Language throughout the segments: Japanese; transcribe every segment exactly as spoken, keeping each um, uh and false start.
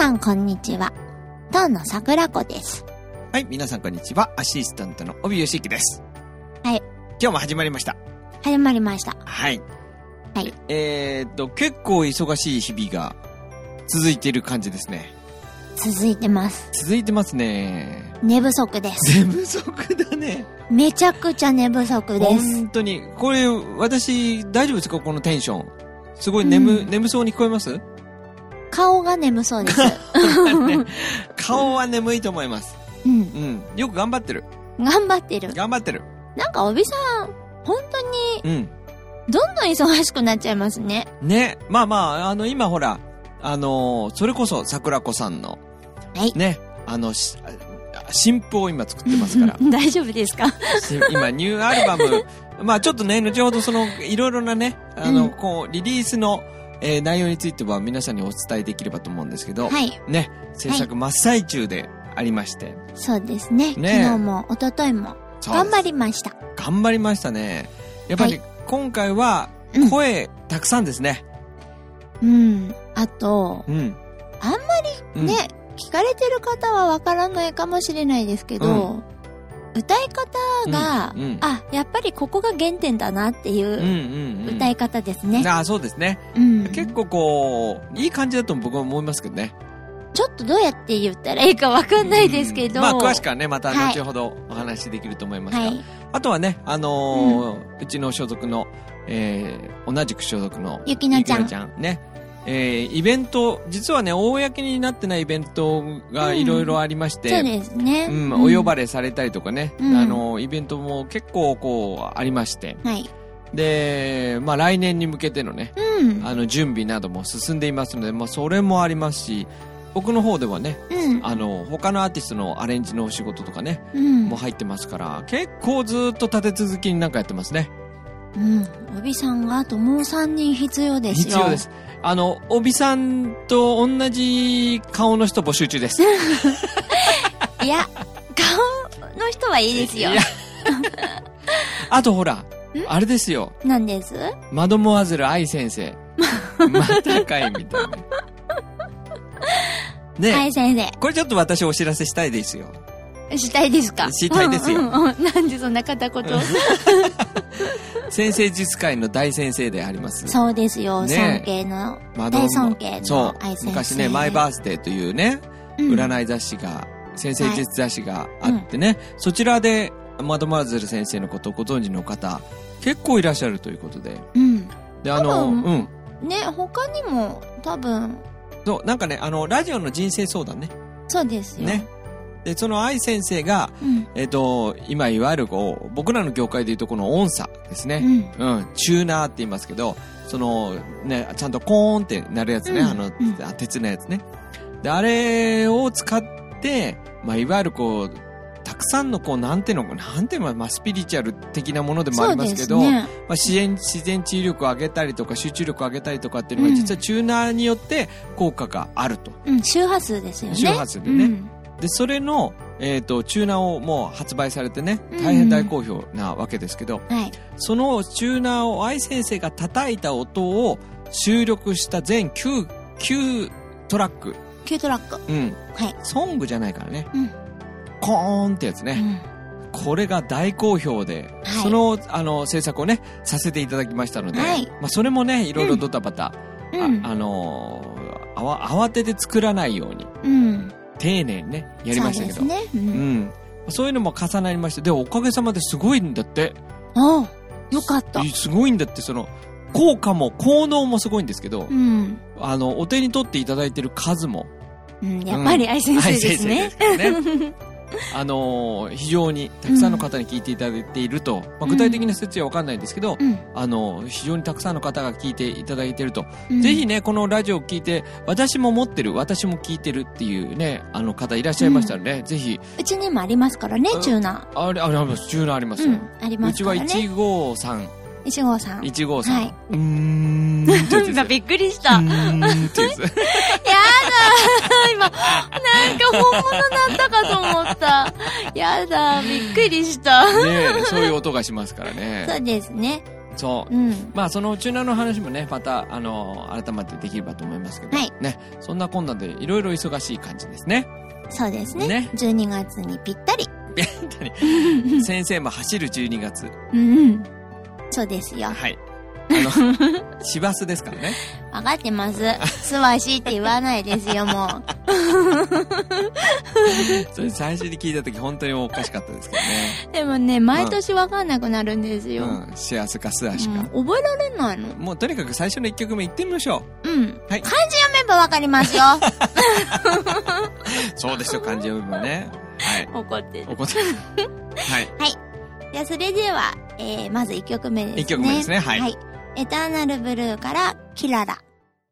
さんこんにちは。当の桜子です。 はい、皆さんこんにちは。アシスタントの帯吉幸です。 はい。 今日も始まりました。 始まりました。 はい。 はい。 えーっと、結構忙しい日々が続いている感じですね。 続いてます。 続いてますね。 寝不足です。 寝不足だね。 めちゃくちゃ寝不足です。 本当に。これ、私、大丈夫ですかこのテンション。すごい眠、うん、眠そうに聞こえます？ 顔が眠そうです。 ね、顔は眠いと思います。 うん。 うん。よく頑張ってる。 頑張ってる。 頑張ってる。 なんか、おびさん、本当に、うん。どんどん忙しくなっちゃいますね。 ね。まあまあ、あの、今ほら、あのー、それこそ桜子さんの、 はい。 ね、あの、新譜を今作ってますから。 大丈夫ですか？ 今、ニューアルバム、まあちょっとね、後ほどその、いろいろなね、あの、うん、こう、リリースの、えー、内容については皆さんにお伝えできればと思うんですけど、 はい。 ね、制作真っ最中でありまして。 そうですね。ね、昨日も一昨日も、頑張りました。 頑張りましたね。やっぱり、今回は、声、うん、たくさんですね。 うん。あと、 うん、 あんまりね、うん、聞かれてる方はわからないかもしれないですけど、うん、歌い方が、うんうん、あ、やっぱりここが原点だなっていう歌い方ですね。うんうんうん、 ああ、そうですね、うん。結構こう、いい感じだと僕は思いますけどね。 ちょっとどうやって言ったらいいかわかんないですけど。 うん、まあ詳しくはね、また後ほどお話しできると思いますが。はい、あとはね、あのーうん、うちの所属の、えー、同じく所属のゆきなちゃん。 ゆきなちゃんね。えー、イベント、実はね、公になってないイベントがいろいろありまして、 うん、そうですね。 うん、お呼ばれされたりとかね、うん、あの、イベントも結構こう、ありまして、 はい。 で、まあ来年に向けてのね、うん、あの、準備なども進んでいますので、まあそれもありますし、僕の方ではね、うん、あの、他のアーティストのアレンジのお仕事とかね、うん、もう入ってますから、結構ずっと立て続きになんかやってますね。 うん。おびさんがあともうさんにん必要ですよ。 必要です。あの、おびさんと同じ顔の人募集中です。 いや、顔の人はいいですよ。いやあとほら、あれですよ。 何です？ マドモアゼル愛先生。またかいみたいな。ね、 愛先生。 これちょっと私お知らせしたいですよ。 したいですか？ したいですよ。 うんうんうん、なんでそんな片言先生術界の大先生であります。 そうですよ。ね、尊敬の、大尊敬の愛先生。 そう。昔ね、マイバースデーというね、うん、占い雑誌が、先生術雑誌があってね、はい、うん、そちらでマドモアゼル先生のことをご存知の方、結構いらっしゃるということで。 うん。 で、あの、うん。 ね、他にも多分。 そう、なんかね、あの、ラジオの人生相談ね。 そうですよ。 ね。で、その愛先生が、うん、えっと、今いわゆるこう、僕らの業界で言うとこの音差ですね。うん。うん。チューナーって言いますけど、その、ね、ちゃんとコーンってなるやつね。うん、あの、うん、鉄のやつね。で、あれを使って、まあ、いわゆるこう、たくさんのこう、なんていうの、なんていうの、まあ、スピリチュアル的なものでもありますけど、ね、まあ、自然、自然治癒力を上げたりとか、集中力を上げたりとかっていうのが、実はチューナーによって効果があると。 うん、周波数ですよね。 周波数でね。うん、で、それの、えっと、チューナーをもう発売されてね、大変大好評なわけですけど、 うん、はい、 そのチューナーを愛先生が叩いた音を収録した全きゅう、きゅうトラック。 きゅうトラック。 うん。 はい。 ソングじゃないからね。 うん。 コーンってやつね。うん、これが大好評で、はい、その、あの、制作をね、させていただきましたので、はい、まあ、それもね、いろいろドタバタ、うん、あ、あのー、あわ、慌てて作らないように、うん、丁寧にね、やりましたけど。 そうですね。うん。うん、 そういうのも重なりまして、で、おかげさまですごいんだって。 ああ、よかった。 すごいんだって、その、効果も、効能もすごいんですけど、うん、あの、お手に取っていただいている数も、 うん、やっぱり愛先生ですね。 愛先生ですね。あのー、非常にたくさんの方に聞いていただいていると、うん、まあ、具体的な説明は分かんないんですけど、うん、あのー、非常にたくさんの方が聞いていただいていると、うん、ぜひね、このラジオを聞いて、私も持ってる、私も聞いてるっていうね、あの方いらっしゃいましたらね、うん、ぜひ。 うちにもありますからね、チューナー。あれ、あります、チューナーありますよ。うん、 ありますからね。 うちはいちごさん。 いちごさん。 いちごさん。はい。うーん。 今びっくりした。うーんってやだ今、なんか本物だったかと思った。やだ、びっくりした。 ねえ、そういう音がしますからね。 そうですね。 そう。うん、まあ、そのチューナーの話もね、また、あの、改めてできればと思いますけど。はい。ね。そんなこんなで、いろいろ忙しい感じですね。 そうですね。ね。じゅうにがつにぴったり。 ぴったり。先生も走るじゅうにがつ。 うん。そうですよ。 はい。あの、市バスですからね。 わかってます。すわしって言わないですよ、もう。 それ最初に聞いたとき本当におかしかったですけどね。 でもね、毎年わかんなくなるんですよ。うん。 幸せかすわしか、 うん。覚えられないの。 もうとにかく最初のいっきょくめ言ってみましょう。 うん。はい。漢字読めばわかりますよ。 そうですよ、漢字読めばね。はい。 怒ってる。 怒ってる。はい。 はい。じゃあそれでは、えー、まずいっきょくめですね。 いっきょくめですね。はい。はい。 エターナルブルーからキララ。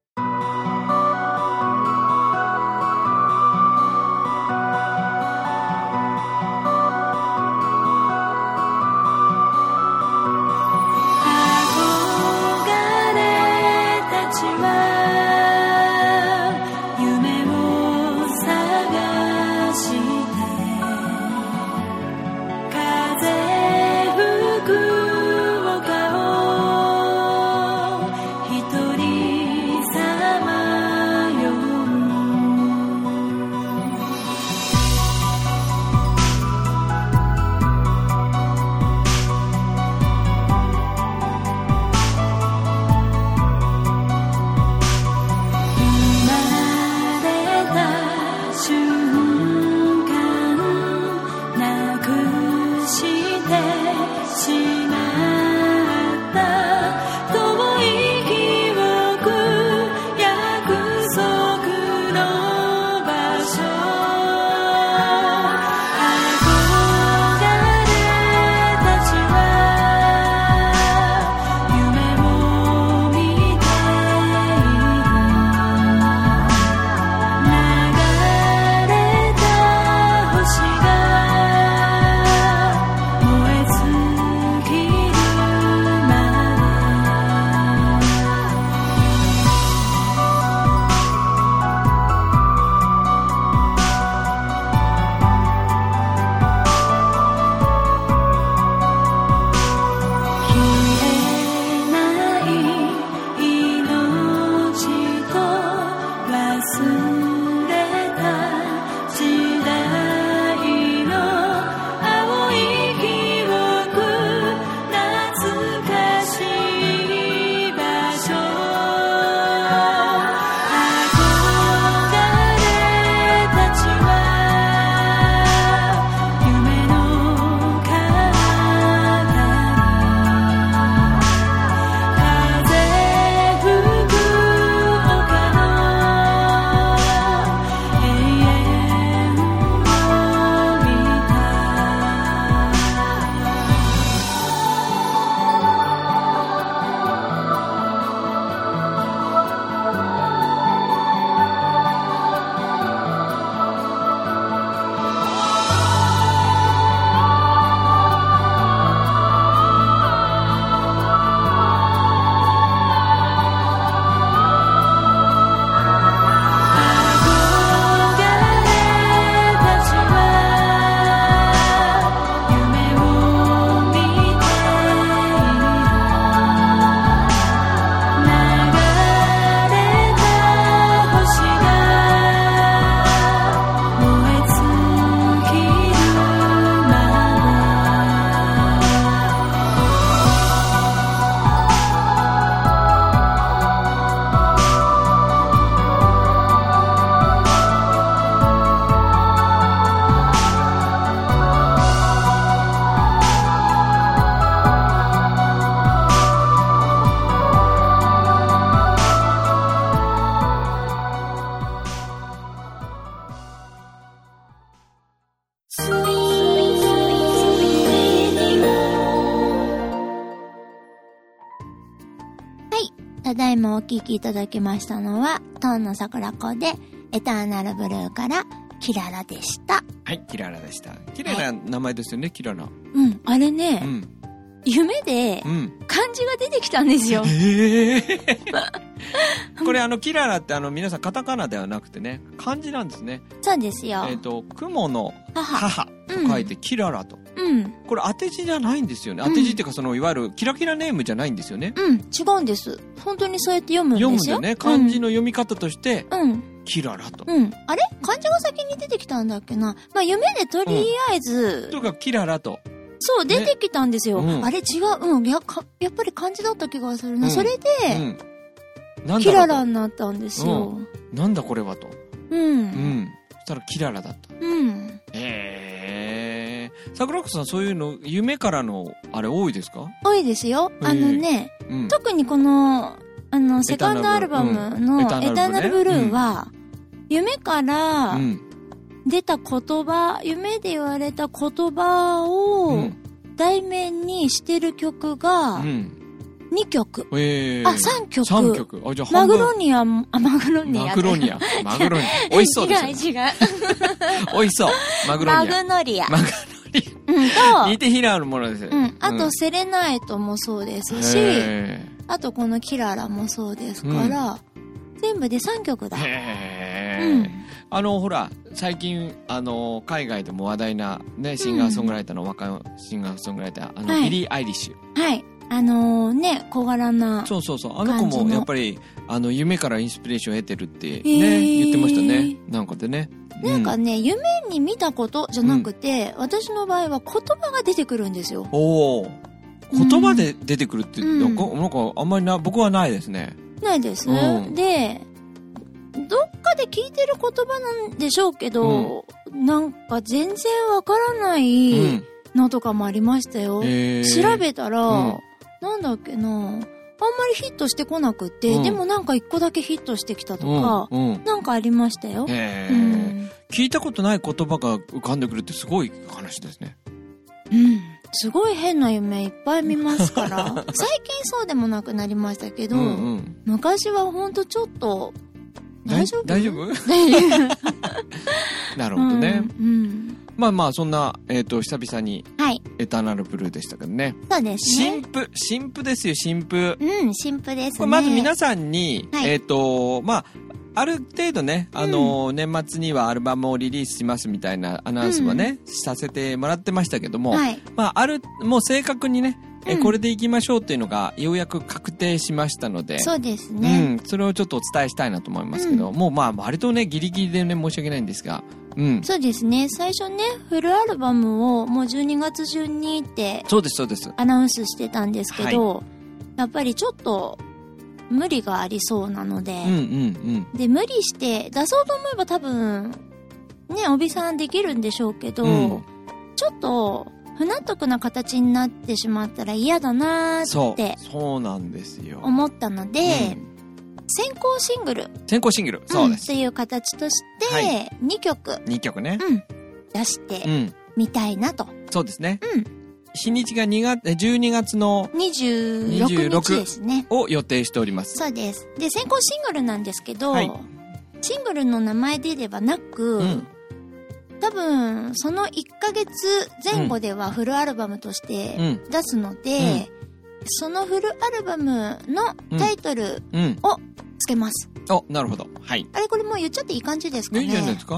ただいまお聴きいただきましたのは、トーンの桜子で、エターナルブルーからキララでした。 はい、キララでした。綺麗な名前ですよね、はい、キララ。 うん、あれね、うん、夢で漢字が出てきたんですよ。 うん、へーこれあのキララってあの皆さんカタカナではなくてね、漢字なんですね。 そうですよ。 えっと雲の母と書いてキララと。ううん。 これ当て字じゃないんですよね。当て字っていうか、その、いわゆるキラキラネームじゃないんですよね。 うん、違うんです。本当にそうやって読むんですよ。 読むんだよね。漢字の読み方として、 うん。 キララと。 うん。あれ漢字が先に出てきたんだっけな。まあ、夢でとりあえず。 うん、とにかくキララと。 そう、出てきたんですよ。 ね、うん、 あれ違う。うん。や、か、やっぱり漢字だった気がするな。うん、それで、 うん、なんだキララになったんですよ。 うん、なんだこれはと。 うん。うん。そしたらキララだった。 うん。 へえ。桜子さん、そういうの、夢からの、あれ多いですか？ 多いですよ。あのね、うん、特にこの、あの、セカンドアルバムのエターナルブルーは、夢から出た言葉、夢で言われた言葉を題名にしてる曲がにきょく。 えー、 あ、さんきょく。 さんきょく。あ、じゃあマグロニア、あ、マグロニア。 マグロニア。マグロニア。美味しそうですね。 違う違う。 美味しそう。マグロニア。 マグノリア。 マグノリア。 うん、と、 似て非なるものですよ。 うん。あと、セレナイトもそうですし、あとこのキララもそうですから、うん、全部でさんきょくだ。 へー。うん、あの、ほら、最近、あの、海外でも話題な、ね、シンガーソングライターの若いシンガーソングライター、あの、はい、ビリー・アイリッシュ。 はい。あのー、ね、小柄な。 そうそうそう。あの子も、やっぱり、あの、夢からインスピレーションを得てるってね、言ってましたね。なんかでね。 なんかね、うん、夢に見たことじゃなくて、うん、私の場合は言葉が出てくるんですよ。 おー。言葉で出てくるって、うん、なんか、なんかあんまりな、僕はないですね。 ないです。うん、で、どっかで聞いてる言葉なんでしょうけど、うん、なんか全然わからないのとかもありましたよ。うん、調べたら、うん、なんだっけな、あんまりヒットしてこなくて、うん、でもなんか一個だけヒットしてきたとか、うんうん、なんかありましたよ。 へー、うん、聞いたことない言葉が浮かんでくるってすごい話ですね。 うん。すごい変な夢いっぱい見ますから、最近そうでもなくなりましたけど、うんうん、昔はほんとちょっと、大丈夫？ 大丈夫？なるほどね。うんうん、まあまあ、そんな、えっと、久々に、エターナルブルーでしたけどね。 そうですね。 新譜、新譜ですよ、新譜。 うん、新譜ですね。 これまず皆さんに、はい、えっと、まあ、ある程度ね、あのーうん、年末にはアルバムをリリースしますみたいなアナウンスはね、うん、させてもらってましたけども、はい、まあ、ある、もう正確にね、え、うん、これでいきましょうっていうのがようやく確定しましたので、 そうですね。 うん、それをちょっとお伝えしたいなと思いますけど、うん、もうまあ、割とね、ギリギリでね、申し訳ないんですが、うん。 そうですね。最初ね、フルアルバムをもうじゅうにがつ中にって、 そうです、そうです。 アナウンスしてたんですけど、はい、やっぱりちょっと、無理がありそうなので、うんうんうん、で、無理して出そうと思えば多分、ね、帯さんできるんでしょうけど、うん、ちょっと、不納得な形になってしまったら嫌だなーって、 そう、そうなんですよ。 思ったので、うん、先行シングル。 先行シングル、そうです。 っていう形として、はい、にきょく。 にきょくね。 うん。出してみたいなと。 うん、そうですね。 うん。 日にちがにがつ、じゅうにがつのにじゅうろくにちですね。 を予定しております。 そうです。で、先行シングルなんですけど、はい、シングルの名前でではなく、うん、多分、そのいっかげつぜん後ではフルアルバムとして出すので、うんうん、そのフルアルバムのタイトルをつけます。 うんうん、お、なるほど。はい。 あれこれもう言っちゃっていい感じですかね。 いいんじゃないですか。うん。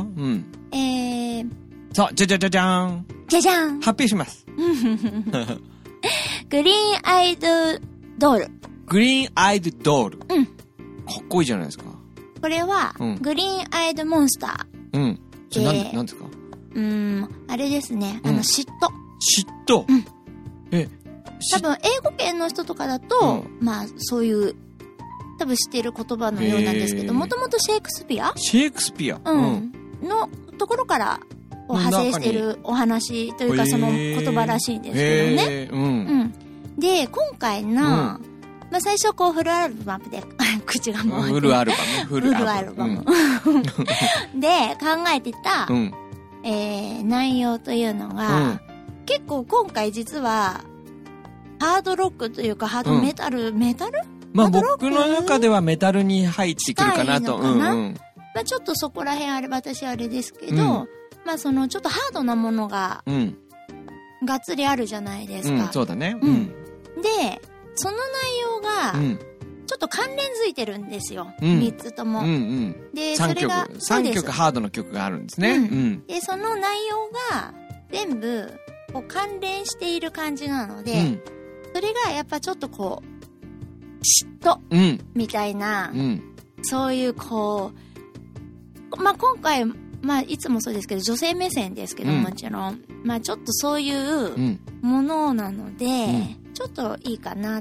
えー、 さあ、じゃじゃじゃじゃーん。 じゃじゃん。 発表します。 グリーンアイドドール。 グリーンアイドドール。 うん。 かっこいいじゃないですか。 これは、うん、グリーンアイドモンスター。うん。それなんで、なんですか？ うーん、あれですね。あの、うん、嫉妬。 嫉妬？ うん。 え、 多分、英語圏の人とかだと、うん、まあ、そういう、多分知っている言葉のようなんですけど、もともとシェイクスピア？ シェイクスピア？ うん。のところから、派生してるお話というかその言葉らしいんですけどね。うん。うん。で、今回の、うん、まあ最初こうフルアルバムで、口が回って。 フルアルバム。 フルアルバム。うん、で、考えてた、うん、えー、内容というのが、うん、結構今回実は、ハードロックというかハードメタル、うん、メタルまあ僕の中ではメタルに入ってくるかなと。 うんうん、まあちょっとそこら辺あれ、私あれですけど、うんまあそのちょっとハードなものが、うん、がっつりあるじゃないですか。 うん、そうだね。 うん。で、その内容が、うん、ちょっと関連づいてるんですよ。うん、みっつとも。うんうん、で、それが、 さんきょくハードの曲があるんですね。うん。 うん、で、その内容が、全部、 こう関連している感じなので、うん、それがやっぱちょっとこう、嫉妬みたいな、うん、そういうこう、まあ、今回、まあ、いつもそうですけど、女性目線ですけど、うん、もちろん、まあ、ちょっとそういうものなので、うん、ちょっといいかなって。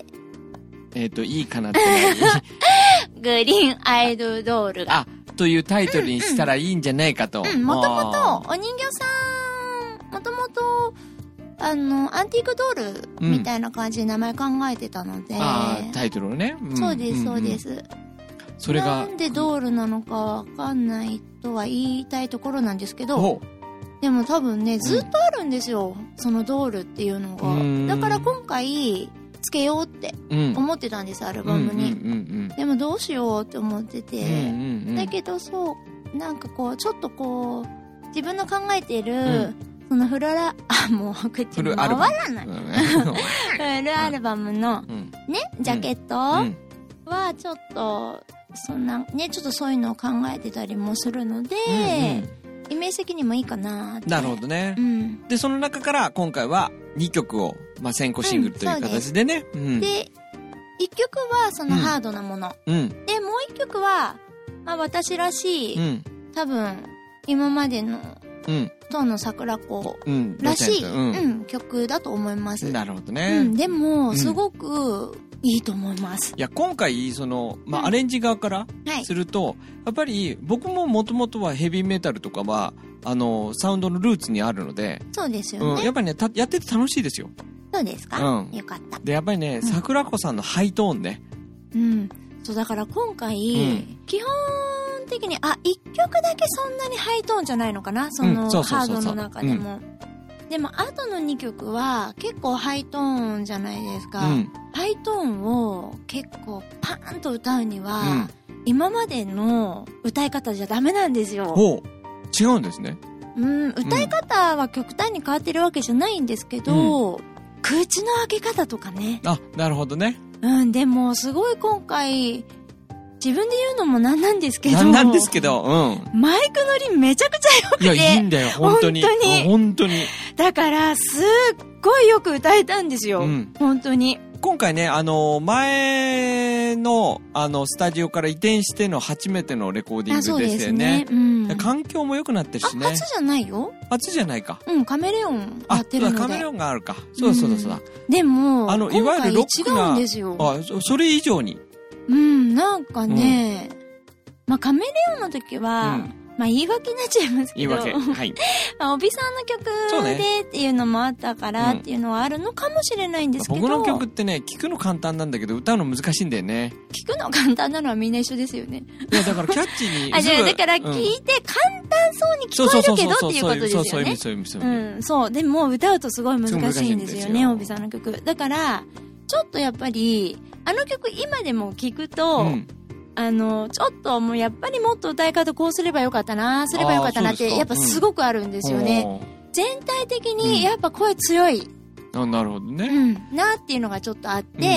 えっと、いいかなってグリーンアイドドールが。 あ、というタイトルにしたらいいんじゃないかと。 うん、もともと、お人形さん、もともと、あの、アンティークドールみたいな感じで名前考えてたので。うん、 ああ、タイトルをね。 うん、そうです、そうです。うんうん、 それが。 なんでドールなのかわかんないとは言いたいところなんですけど、でも多分ね、ずっとあるんですよ。うん、そのドールっていうのが。だから今回、つけようって思ってたんです、うん、アルバムに、うんうんうんうん、でもどうしようって思ってて、うんうんうん、だけどそうなんかこうちょっとこう自分の考えている、うん、そのフルラあもう口回らないフルアルバムの、うん、ねジャケットはちょっとそんなねちょっとそういうのを考えてたりもするので、うんうん、イメージ的にもいいかなって。 なるほどね、うん、でその中から今回はにきょくを、まあ、先行シングルという形でね、 うん、で, でいっきょくはそのハードなもの、うん、でもういっきょくは、まあ、私らしい、うん、多分今までの東野桜子らしい、うんうん、曲だと思います。 なるほどね、 うん、でもすごくいいと思います。 いや今回その、まあうん、アレンジ側からすると、はい、やっぱり僕ももともとはヘビーメタルとかはあのサウンドのルーツにあるので、 そうですよね、 うん、やっぱりねたやってて楽しいですよ。 そうですか、うん、よかった。 でやっぱりね、うん、桜子さんのハイトーンね、 うん、そうだから今回、うん、基本的にあいっきょくだけそんなにハイトーンじゃないのかな、その、うん、そうそうそうそうハードの中でも、うん、でも後のにきょくは結構ハイトーンじゃないですか、うん、ハイトーンを結構パーンと歌うには、うん、今までの歌い方じゃダメなんですよ。 ほう違うんですね。 うん、歌い方は極端に変わってるわけじゃないんですけど、うん、口の開け方とかね。 あ、なるほどね。 うん、でもすごい今回自分で言うのもなんなんですけど、 なんなんですけど、うん、 マイク乗りめちゃくちゃ良くて、いやいいんだよ本当に本当に本当にだからすっごいよく歌えたんですよ、うん、本当に。 今回ね、あの前のあのスタジオから移転しての初めてのレコーディングですよね。うん、環境も良くなってるしね。 あ、初じゃないよ。 初じゃないか。 うん、カメレオンやってるので。 あ、カメレオンがあるか。そうだそうだそうだ。 うん、でもあのいわゆるロックな、 違うんですよ。 あ、そ、それ以上に。 うん、なんかね、うん、まあカメレオンの時は。うんまあ言い訳になっちゃいますけど。言い訳。はい。まあ、帯さんの曲でっていうのもあったからっていうのはあるのかもしれないんですけど。 僕の曲ってね、聞くの簡単なんだけど、歌うの難しいんだよね。 聞くの簡単なのはみんな一緒ですよね。 いや、だからキャッチーに。 あ、じゃあだから聞いて簡単そうに聞こえるけどっていうことですよね。そうそうそうそう、そういう意味、そういう意味、そういう意味。うん、そう。でも歌うとすごい難しいんですよね、帯さんの曲。だから、ちょっとやっぱり、あの曲今でも聞くと、うんあの、ちょっともうやっぱりもっと歌い方こうすればよかったな、すればよかったなって、やっぱすごくあるんですよね。うん、全体的にやっぱ声強い。 うん、あ、なるほどね。 うん。なっていうのがちょっとあって、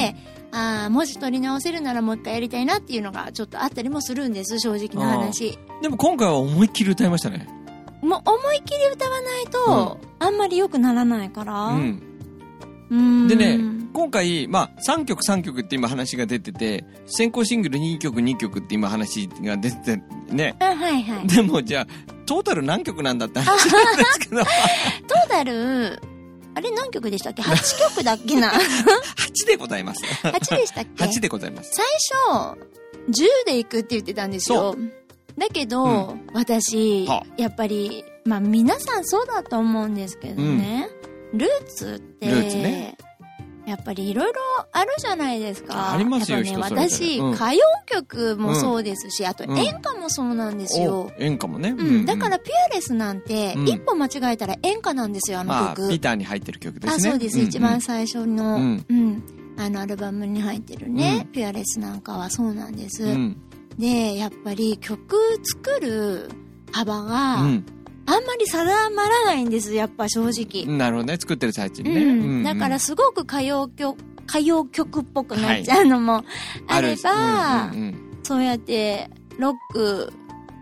うん、ああ、文字取り直せるならもう一回やりたいなっていうのがちょっとあったりもするんです、正直な話。 でも今回は思いっきり歌いましたね。 もう思いっきり歌わないと、うん、あんまり良くならないから。うん。 でね、今回、まあ、さんきょくさんきょくって今話が出てて、先行シングルにきょくにきょくって今話が出ててね。 あ、はいはい。 でもじゃあ、トータル何曲なんだって話なんですけど。トータル、あれ何曲でしたっけ ?はち 曲だっけな ?はち でございます。 はちでしたっけ ?はち でございます。 最初、じゅうで行くって言ってたんですよ。だけど、うん、私、やっぱり、まあ皆さんそうだと思うんですけどね。うんルーツって、ルーツね、やっぱりいろいろあるじゃないですか。 ありますよ、 ね、 人それぞれ。 私、うん、歌謡曲もそうですし、うん、あと演歌もそうなんですよ。 うん、演歌もね。 うん。だからピュアレスなんて、うん、一歩間違えたら演歌なんですよ、あの曲。 まあ、ピターに入ってる曲ですね。 あ、そうです。うん、一番最初の、うん、うん、あのアルバムに入ってるね、うん、ピュアレスなんかはそうなんです。うん、で、やっぱり曲作る幅が、うんあんまり定まらないんです、やっぱ正直。 なるほどね、作ってる最中にね。 うんうん、だからすごく歌謡曲、歌謡曲っぽくなっちゃうのもあれば、はいうんうんうん、そうやってロック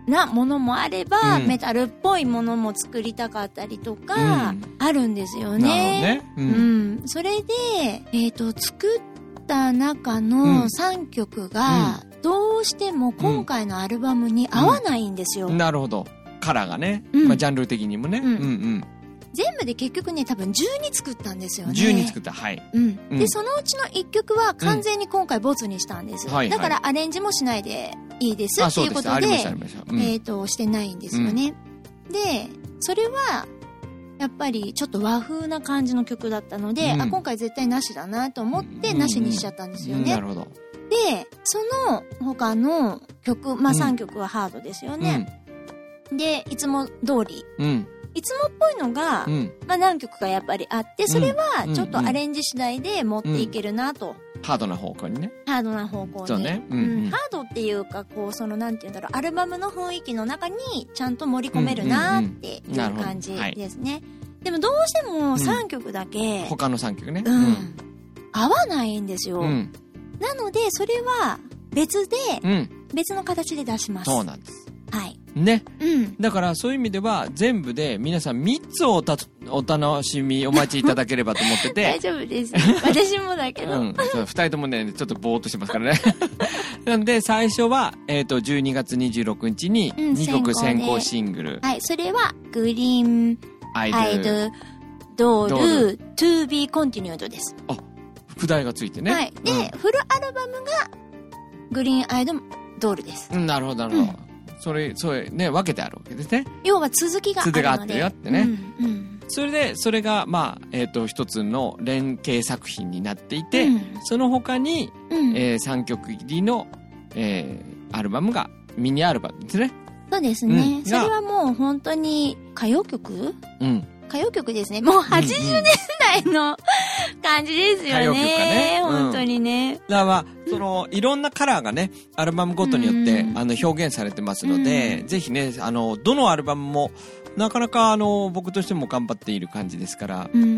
なものもあれば、 うん、 メタルっぽいものも作りたかったりとか、うん、あるんですよね。 なるほどね。うん。 うん、それで、えっと、作った中のさんきょくが、どうしても今回のアルバムに合わないんですよ。 うん、なるほど。カラーがね。うん、まあ、ジャンル的にもね。うん、うん、うん。 全部で結局ね、多分じゅうに作ったんですよね。 じゅうに作った、はい。 うん。で、うん、そのうちのいっきょくは完全に今回ボツにしたんです。うん、だからアレンジもしないでいいですっていうことで、うん、えっと、してないんですよね。うん、で、それは、やっぱりちょっと和風な感じの曲だったので、うん、あ、今回絶対なしだなと思ってなしにしちゃったんですよね。うんうん、なるほど。で、その他の曲、まあさんきょくはハードですよね。うん、で、いつも通り。うんいつもっぽいのが、うん、まあ何曲かやっぱりあって、それはちょっとアレンジ次第で持っていけるなと。うんうんうん、ハードな方向にね。 ハードな方向に。 そうね。うんうんうん、ハードっていうか、こう、そのなんていうんだろう、アルバムの雰囲気の中にちゃんと盛り込めるなっていう感じですね。でもどうしてもさんきょくだけ、 うん、他のさんきょくね。 うん。うん、合わないんですよ。うん、なので、それは別で、うん、別の形で出します。 そうなんです。 はい。 ね、うん、だからそういう意味では全部で皆さんみっつを お, たお楽しみお待ちいただければと思ってて大丈夫です私もだけど、うん、 ふたりともねちょっとぼーっとしてますからねなんで最初は、えー、とじゅうにがつにじゅうろくにちににきょく先行シングル、 うん、はいそれはグリーンアイドドール To be continued です。 あ副題がついてね、 はい、で、うん、フルアルバムがグリーンアイドドールです。 うん、なるほどなるほど、うんそれ、それね、分けてあるわけですね。 要は続きがあるので。続きがあってよってね。うんうん、それで、それが、まあ、えっ、ー、と、一つの連携作品になっていて、うん、その他に、うんえー、さんきょく入りの、えー、アルバムが、ミニアルバムですね。 そうですね。うん、それはもう本当に歌謡曲うん。歌謡曲ですね。もうはちじゅうねんだいの感じですよね。歌謡曲がね。うん、本当にね。 だからまあ、その、いろんなカラーがね、アルバムごとによって、うん、あの、表現されてますので、うん、ぜひね、あの、どのアルバムも、なかなかあの、僕としても頑張っている感じですから、うん。うん、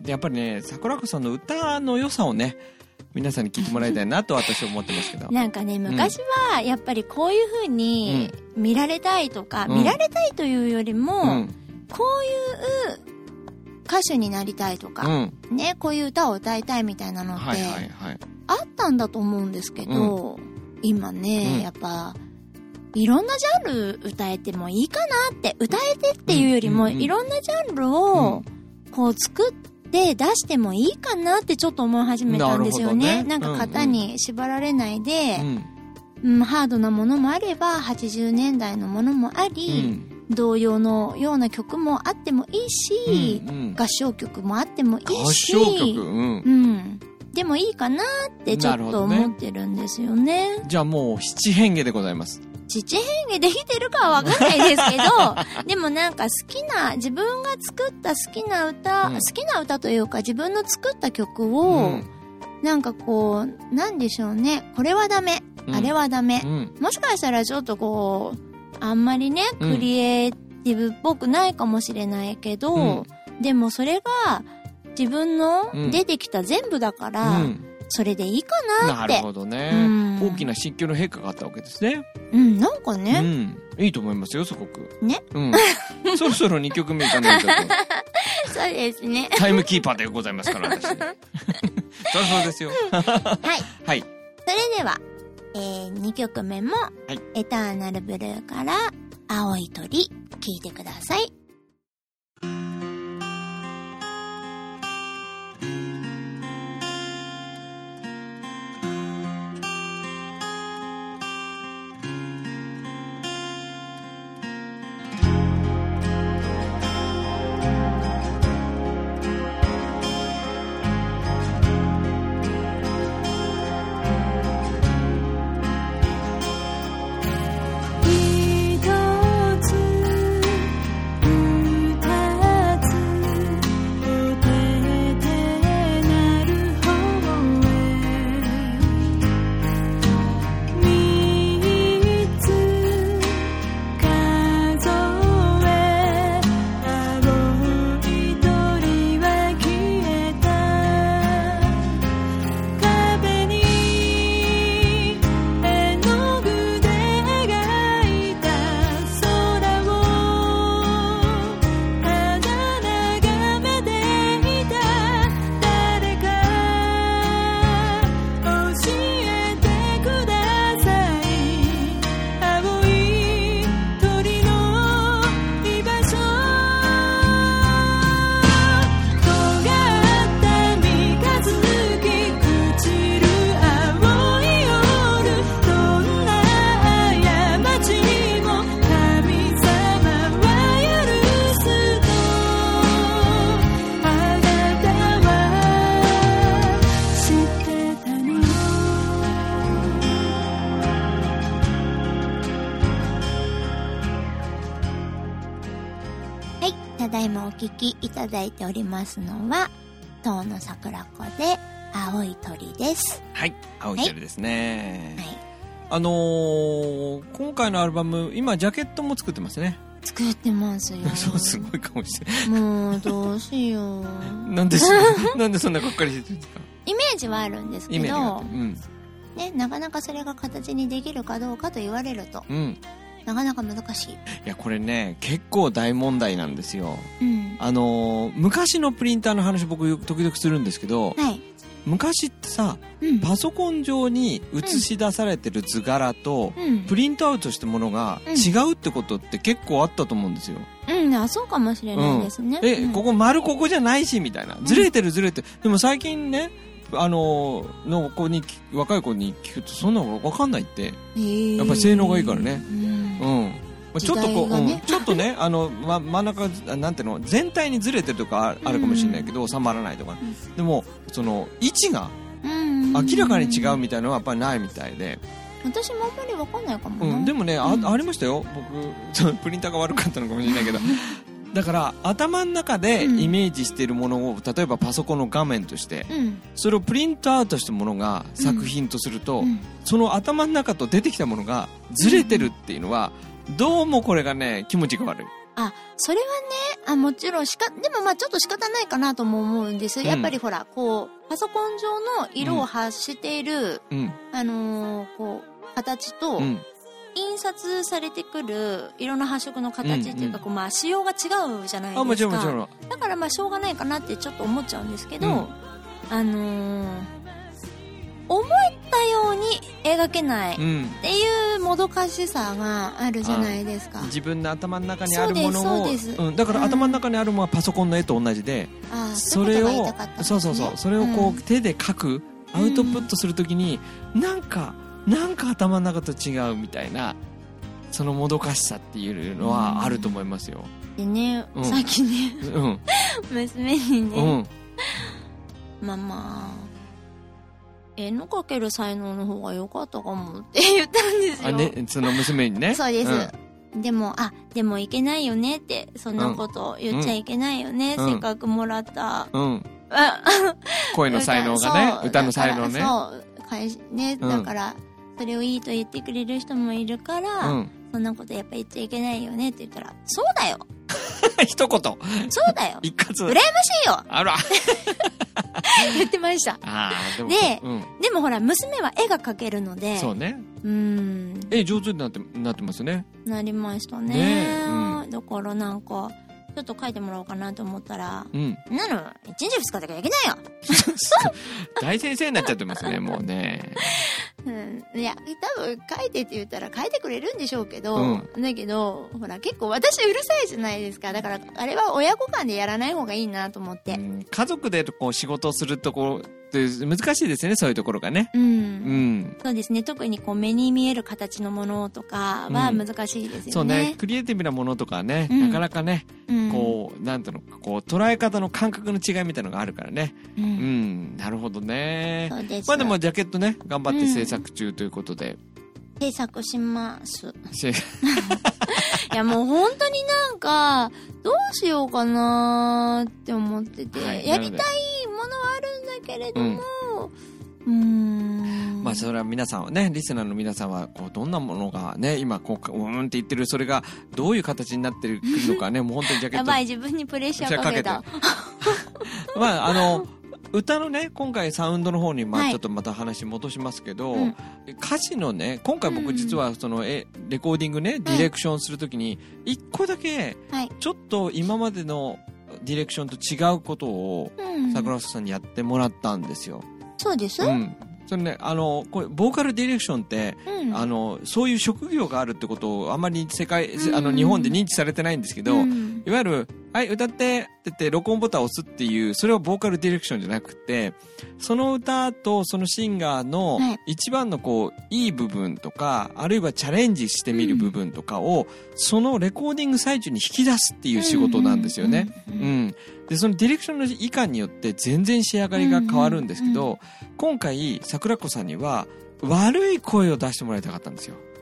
でやっぱりね、桜子さんの歌の良さをね、皆さんに聞いてもらいたいなと私は思ってますけど。 なんかね、昔はやっぱりこういう風に見られたいとか、うん、見られたいというよりも、うんこういう歌手になりたいとか、うん、ね、こういう歌を歌いたいみたいなのって、はいはいはい、あったんだと思うんですけど、うん、今ね、うん、やっぱ、いろんなジャンル歌えてもいいかなって、歌えてっていうよりも、うんうんうん、いろんなジャンルを、こう作って出してもいいかなってちょっと思い始めたんですよね。な, ねなんか型に縛られないで、うんうん、ハードなものもあれば、はちじゅうねんだいのものもあり、うん同様のような曲もあってもいいし、うんうん、合唱曲もあってもいいし、 合唱曲、うん、 うん、でもいいかなってちょっと思ってるんですよね。 ねじゃあもう七変化でございます。 七変化できてるかはわかんないですけど、でもなんか好きな自分が作った好きな歌、うん、好きな歌というか自分の作った曲を、うん、なんかこうなんでしょうね、これはダメ、うん、あれはダメ、うん、もしかしたらちょっとこう。あんまりね、クリエイティブっぽくないかもしれないけど、うん、でもそれが自分の出てきた全部だから、うん、それでいいかなって。 なるほどね、うん。大きな心境の変化があったわけですね。 うん、なんかね。 うん、いいと思いますよ、すごく。 ね。 うん。そろそろにきょくめいかないと。 そうですね。 タイムキーパーでございますから、私。そりゃそうですよ。 はい。 はい。 それでは、えー、にきょくめも、はい、エターナルブルーから青い鳥聴いてください。 一つただいまお聞きいただいておりますのは、遠野桜子で青い鳥です。 はい、青い鳥ですね。はい。はい、あのー、今回のアルバム、今ジャケットも作ってますね。 作ってますよ。 そう、すごい顔して。 もう、どうしよう。 なんで、なんでそんながっかりしてるんですか？イメージはあるんですけど、うん、ね、なかなかそれが形にできるかどうかと言われると、うん、なかなか難しい。いや、これね、結構大問題なんですよ。うん、あのー、昔のプリンターの話僕時々するんですけど、はい、昔ってさ、うん、パソコン上に映し出されてる図柄と、うん、プリントアウトしたものが違うってことって結構あったと思うんですよ。 うん、あ、そうかもしれないですね。 うん、え、うん、ここ丸ここじゃないしみたいな、ずれてるずれてる。でも最近ね、あのの子に若い子に聞くとそんなの分かんないって、えー、やっぱり性能がいいからね。うん。うんまあ、ちょっとこう、ね、うん、ちょっとね、あの、ま、真ん中、なんていうの、全体にずれてるとかあるかもしれないけど、収まらないとか、うん、でもその位置が明らかに違うみたいなのはやっぱりないみたいで。 私もあんまり分かんないかもな。 うん、でもね、あ、うん、ありましたよ。僕そのプリンターが悪かったのかもしれないけど。だから頭の中でイメージしているものを、例えばパソコンの画面として、うん、それをプリントアウトしたものが作品とすると、うん、その頭の中と出てきたものがずれてるっていうのは、どうもこれがね、気持ちが悪い。 あ、それはね、あ、もちろんしか、でもまあちょっと仕方ないかなとも思うんです。うん、やっぱりほら、こう、パソコン上の色を発している、うん、あのー、こう、形と、うん、印刷されてくる色の発色の形っていうか、うんうん、こうまあ仕様が違うじゃないですか。あ、もちろんもちろん。だからまあしょうがないかなってちょっと思っちゃうんですけど、うん、あのー、思ったように描けないっていうもどかしさがあるじゃないですか。 自分の頭の中にあるものを、うん、だから頭の中にあるものはパソコンの絵と同じで、 うん、それを、 そうそうそう、それをこう、うん、手で描く、アウトプットするときに、うん、なんかなんか頭の中と違うみたいな、そのもどかしさっていうのはあると思いますよ。 でね、うん、さっきね、うん、娘にね、うん、ママ絵の描ける才能の方が良かったかもって言ったんですよ。あ、 ね、その娘にね。 そうです。うん、でも、あ、でもいけないよねって、そんなこと言っちゃいけないよね、うん、せっかくもらった。うん。 声の才能がね、歌の才能ね。 そう、返しね、だから、それをいいと言ってくれる人もいるから、うん、そんなことやっぱ言っちゃいけないよねって言ったら、そうだよ。 一言。 そうだよ。 一括。 羨ましいよ。 あら。 言ってました。あでもで、うん、でもほら娘は絵が描けるので。 そうね。うん。絵上手になってなってますね。 なりましたね。ね、うん、だからなんかちょっと描いてもらおうかなと思ったら、うん。なの一日二日だけできないよ。 大先生になっちゃってますね、もうね。 うん、いや多分書いてって言ったら書いてくれるんでしょうけど、うん、だけどほら結構私うるさいじゃないですか。だからあれは親子間でやらない方がいいなと思って、うん、 家族でこう仕事をするところって難しいですよね、そういうところがね。うん、うん、 そうですね。特にこう目に見える形のものとかは難しいですよね。うん、そうね。 クリエイティブなものとかね、うん、なかなかね、うん、こうなんていうのか、こう捉え方の感覚の違いみたいなのがあるからね。うん、うん、なるほどね。そうです。まあでもジャケットね頑張って制作中ということで。 うん、制作します。いやもう本当になんかどうしようかなって思ってて、はい、やりたいものはあるんだけれども、うん、うーん、 まあそれは皆さんはね、リスナーの皆さんはこうどんなものがね今こううーんって言ってる、それがどういう形になってるのかね、もう本当にジャケットやばい、自分にプレッシャーかけた。 まああの歌のね今回サウンドの方にまあちょっとまた話戻しますけど、はい、うん、歌詞のね今回僕実はそのえレコーディングねディレクションするときに一個だけちょっと今までのディレクションと違うことを桜さんにやってもらったんですよ。 そうです。うん。 それね、あのこれボーカルディレクションって、うん、あのそういう職業があるってことをあまり世界、うん、あの日本で認知されてないんですけど、うん、いわゆるはい歌ってって言って録音ボタンを押すっていう、それはボーカルディレクションじゃなくて、その歌とそのシンガーの一番のこういい部分とか、あるいはチャレンジしてみる部分とかを、うん、そのレコーディング最中に引き出すっていう仕事なんですよね。うん、うんうん、でそのディレクションのいかんによって全然仕上がりが変わるんですけど、うんうんうん、今回桜子さんには悪い声を出してもらいたかったんですよ。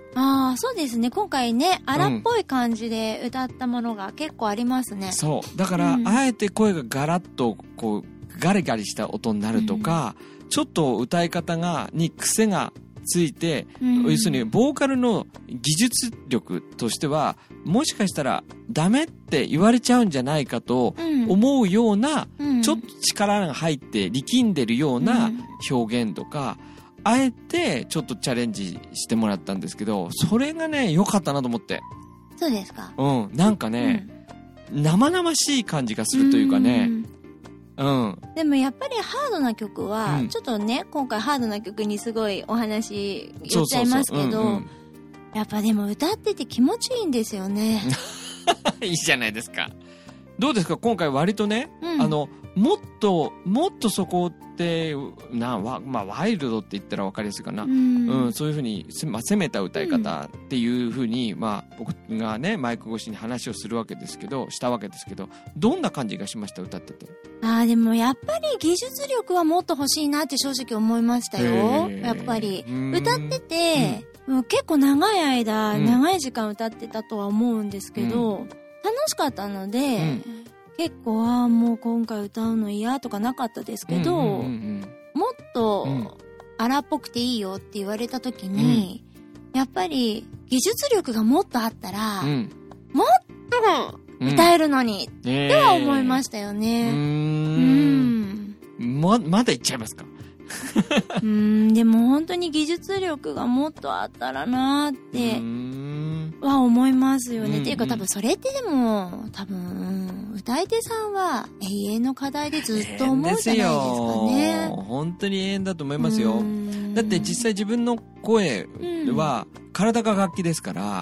ああ、そうですね。今回ね、荒っぽい感じで歌ったものが結構ありますね。 うん、そう。だから、うん、あえて声がガラッと、こう、ガリガリした音になるとか、うん、ちょっと歌い方が、に癖がついて、うん、要するに、ボーカルの技術力としては、もしかしたら、ダメって言われちゃうんじゃないかと思うような、うん、ちょっと力が入って力んでるような表現とか、あえてちょっとチャレンジしてもらったんですけど、それがね、良かったなと思って。 そうですか。 うん。なんかね、うん、生々しい感じがするというかね。うん。うん、 でもやっぱりハードな曲は、うん、ちょっとね、今回ハードな曲にすごいお話言っちゃいますけど、やっぱでも歌ってて気持ちいいんですよね。 いいじゃないですか。どうですか今回割とね、うん、あの、もっと、もっとそこって、な、わ、まあ、ワイルドって言ったら分かりやすいかな。うん、うん、そういうふうに、まあ、攻めた歌い方っていうふうに、うん、まあ、僕がね、マイク越しに話をするわけですけど、したわけですけど、どんな感じがしました歌ってて。 ああ、でもやっぱり技術力はもっと欲しいなって正直思いましたよ。やっぱり。歌ってて、うん、もう結構長い間、うん、長い時間歌ってたとは思うんですけど、うん、楽しかったので、うん結構、ああ、もう今回歌うの嫌とかなかったですけど、うんうんうんうん、もっと荒っぽくていいよって言われた時に、うん、やっぱり技術力がもっとあったら、うん、もっと歌えるのに、うん、っては思いましたよね。 えー、うーん。うん、ま、まだ言っちゃいますかうーん、でも本当に技術力がもっとあったらなーって、は思いますよね。うんうん、っていうか多分それってでも、多分、歌い手さんは永遠の課題でずっと思うじゃないですかね。 本当に永遠だと思いますよ。だって実際自分の声は体が楽器ですから、うん、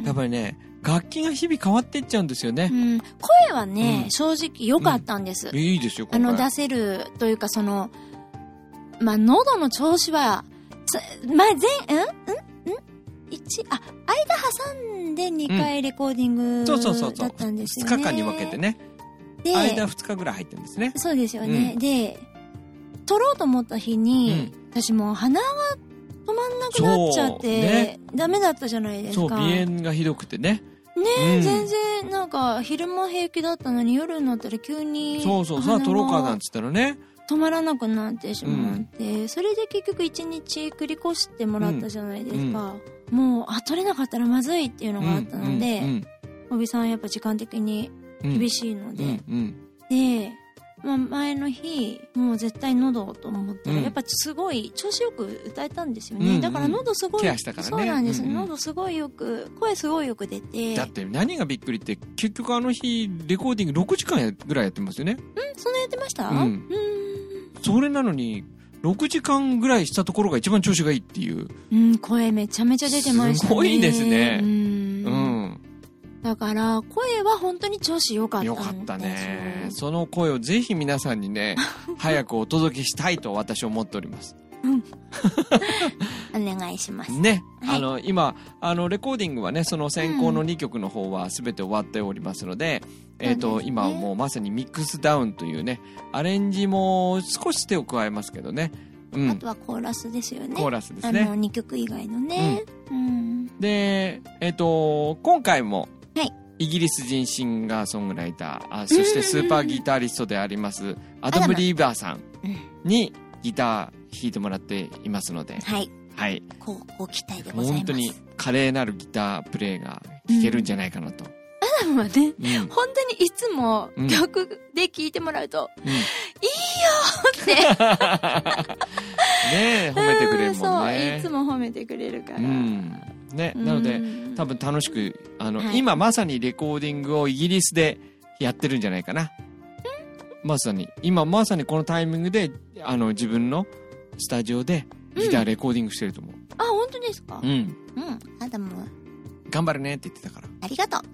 やっぱりね、楽器が日々変わっていっちゃうんですよね。うん、 声はね、うん、正直良かったんです。 うん、いいですよ、 あの出せるというかその、まあ、喉の調子は、まあ、前、うんうん一、あ、間挟んでにかいレコーディングだったんですよね。 ふつかかんに分けてね。で、間ふつかぐらい入ってるんですね。 そうですよね。うん、で、撮ろうと思った日に、うん、私もう鼻が止まんなくなっちゃって、ね、ダメだったじゃないですか。 そう、鼻炎がひどくてね。 ねえ、うん、全然なんか昼間平気だったのに夜になったら急に。 そうそう、さあ撮ろうかなんつったらね。 止まらなくなってしまって、うん、それで結局一日繰り越してもらったじゃないですか。うん、もう、あ、取れなかったらまずいっていうのがあったので、おびさんやっぱ時間的に厳しいので、うんうんうん、で、まあ、前の日、もう絶対喉と思ったら、うん、やっぱすごい調子よく歌えたんですよね。うんうん、だから喉すごい、 ケアしたからね、 そうなんです、 うんうん。 喉すごいよく、声すごいよく出て。 だって何がびっくりって、結局あの日、レコーディングろくじかんぐらいやってますよね。 うんそんなやってました？ うん。うんそれなのに、ろくじかんぐらいしたところが一番調子がいいっていう。 うん、声めちゃめちゃ出てましたね。 すごいですね。 うん。うん。だから、声は本当に調子良かったんですよ。 良かったね。その声をぜひ皆さんにね、早くお届けしたいと私は思っております。 うん。お願いします。 ね。はい、あの、今、あの、レコーディングはね、その先行のにきょくの方は全て終わっておりますので、うん、えっと、ね、今もうまさにミックスダウンというね、アレンジも少し手を加えますけどね。 うん。あとはコーラスですよね。 コーラスですね。 あの、にきょく以外のね。うん。うん、 で、えっと、今回も、はい。イギリス人シンガーソングライター、あそしてスーパーギタリストであります、アダム・リーバーさんにギター、弾いてもらっていますので、 はい。 はい。 こう、ご期待でございます。 本当に華麗なるギタープレイが聴けるんじゃないかなと。 うん、アダムはね、うん、本当にいつも曲で聴いてもらうと、うん、いいよって。 ねえ、褒めてくれるもんね。 そう、いつも褒めてくれるから。うん。ね、なので、多分楽しく、あの、はい、今まさにレコーディングをイギリスでやってるんじゃないかな。まさに、今まさにこのタイミングで、あの、自分のスタジオでギターレコーディングしてると思う。うん、 あ、本当ですか？ うん。うん。 アダムは。 頑張るねって言ってたから。 ありがと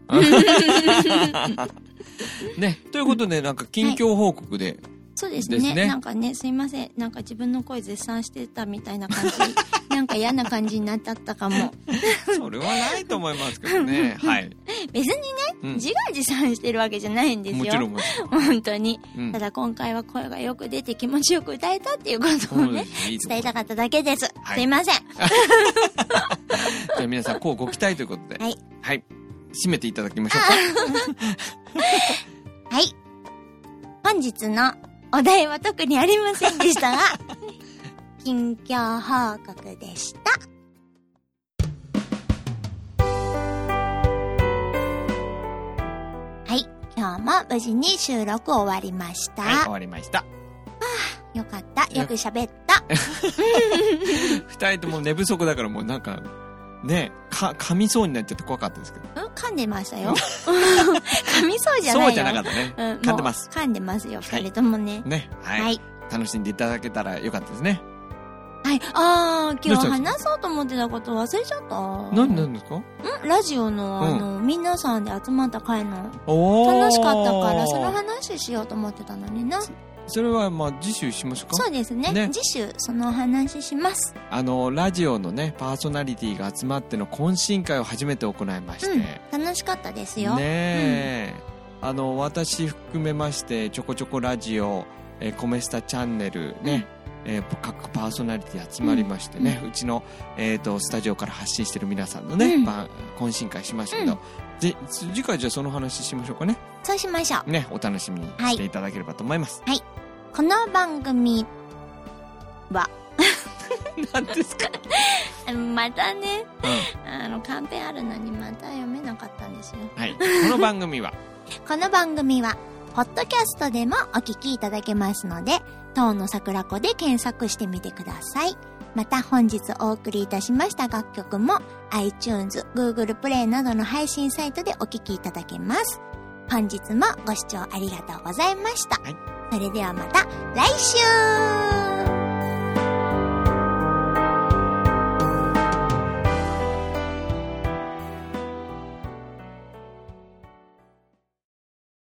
う。ね、ということで、なんか近況報告で、はい、 そうですね。ねなんかね、すいません。なんか自分の声絶賛してたみたいな感じ。なんか嫌な感じになっちゃったかも。 それはないと思いますけどね。はい。 別にね、うん、自画自賛してるわけじゃないんですよ。 もちろんもちろん。 本当に、うん。ただ今回は声がよく出て気持ちよく歌えたっていうことをね、伝えたかっただけです。はい、すいません。 じゃあ皆さん、こうご期待ということで。 はい。 はい。締めていただきましょうか。はい。本日のお題は特にありませんでしたが、近況報告でした。はい。今日も無事に収録終わりました。 はい、終わりました。はあ、よかった。よく喋った。 二人とも寝不足だからもうなんか、ね、か、噛みそうになっちゃって怖かったですけど。 うん、噛んでましたよ。噛みそうじゃないよ。 そうじゃなかったね。うん、噛んでます。 噛んでますよ、二人ともね。 ね、はい。はい。楽しんでいただけたらよかったですね。 はい。あー、今日話そうと思ってたこと忘れちゃった。 何、何ですか？ んラジオの、あの、うん、皆さんで集まった会の、楽しかったから、その話しようと思ってたのにな。 それは、まあ、次週しますか？ そうですね。ね、次週、その話します。 あの、ラジオのね、パーソナリティが集まっての懇親会を初めて行いまして。 うん、楽しかったですよ。 ねえ、うん。あの、私含めまして、ちょこちょこラジオ、えー、コメスタチャンネルね、うん、えー、各パーソナリティ集まりましてね、うん、うちの、えっと、スタジオから発信してる皆さんのね、うん、懇親会しましたけど、うんで、次回じゃあその話しましょうかね。 そうしましょう。 ね、お楽しみにしていただければと思います。 はい。はい、この番組は何ですか？ またね、うん、あの、カンペあるのにまた読めなかったんですよ。 はい。この番組はこの番組は、ポッドキャストでもお聞きいただけますので、当の桜子で検索してみてください。また本日お送りいたしました楽曲も iTunes、Google プレイなどの配信サイトでお聞きいただけます。本日もご視聴ありがとうございました。はい、それではまた来週。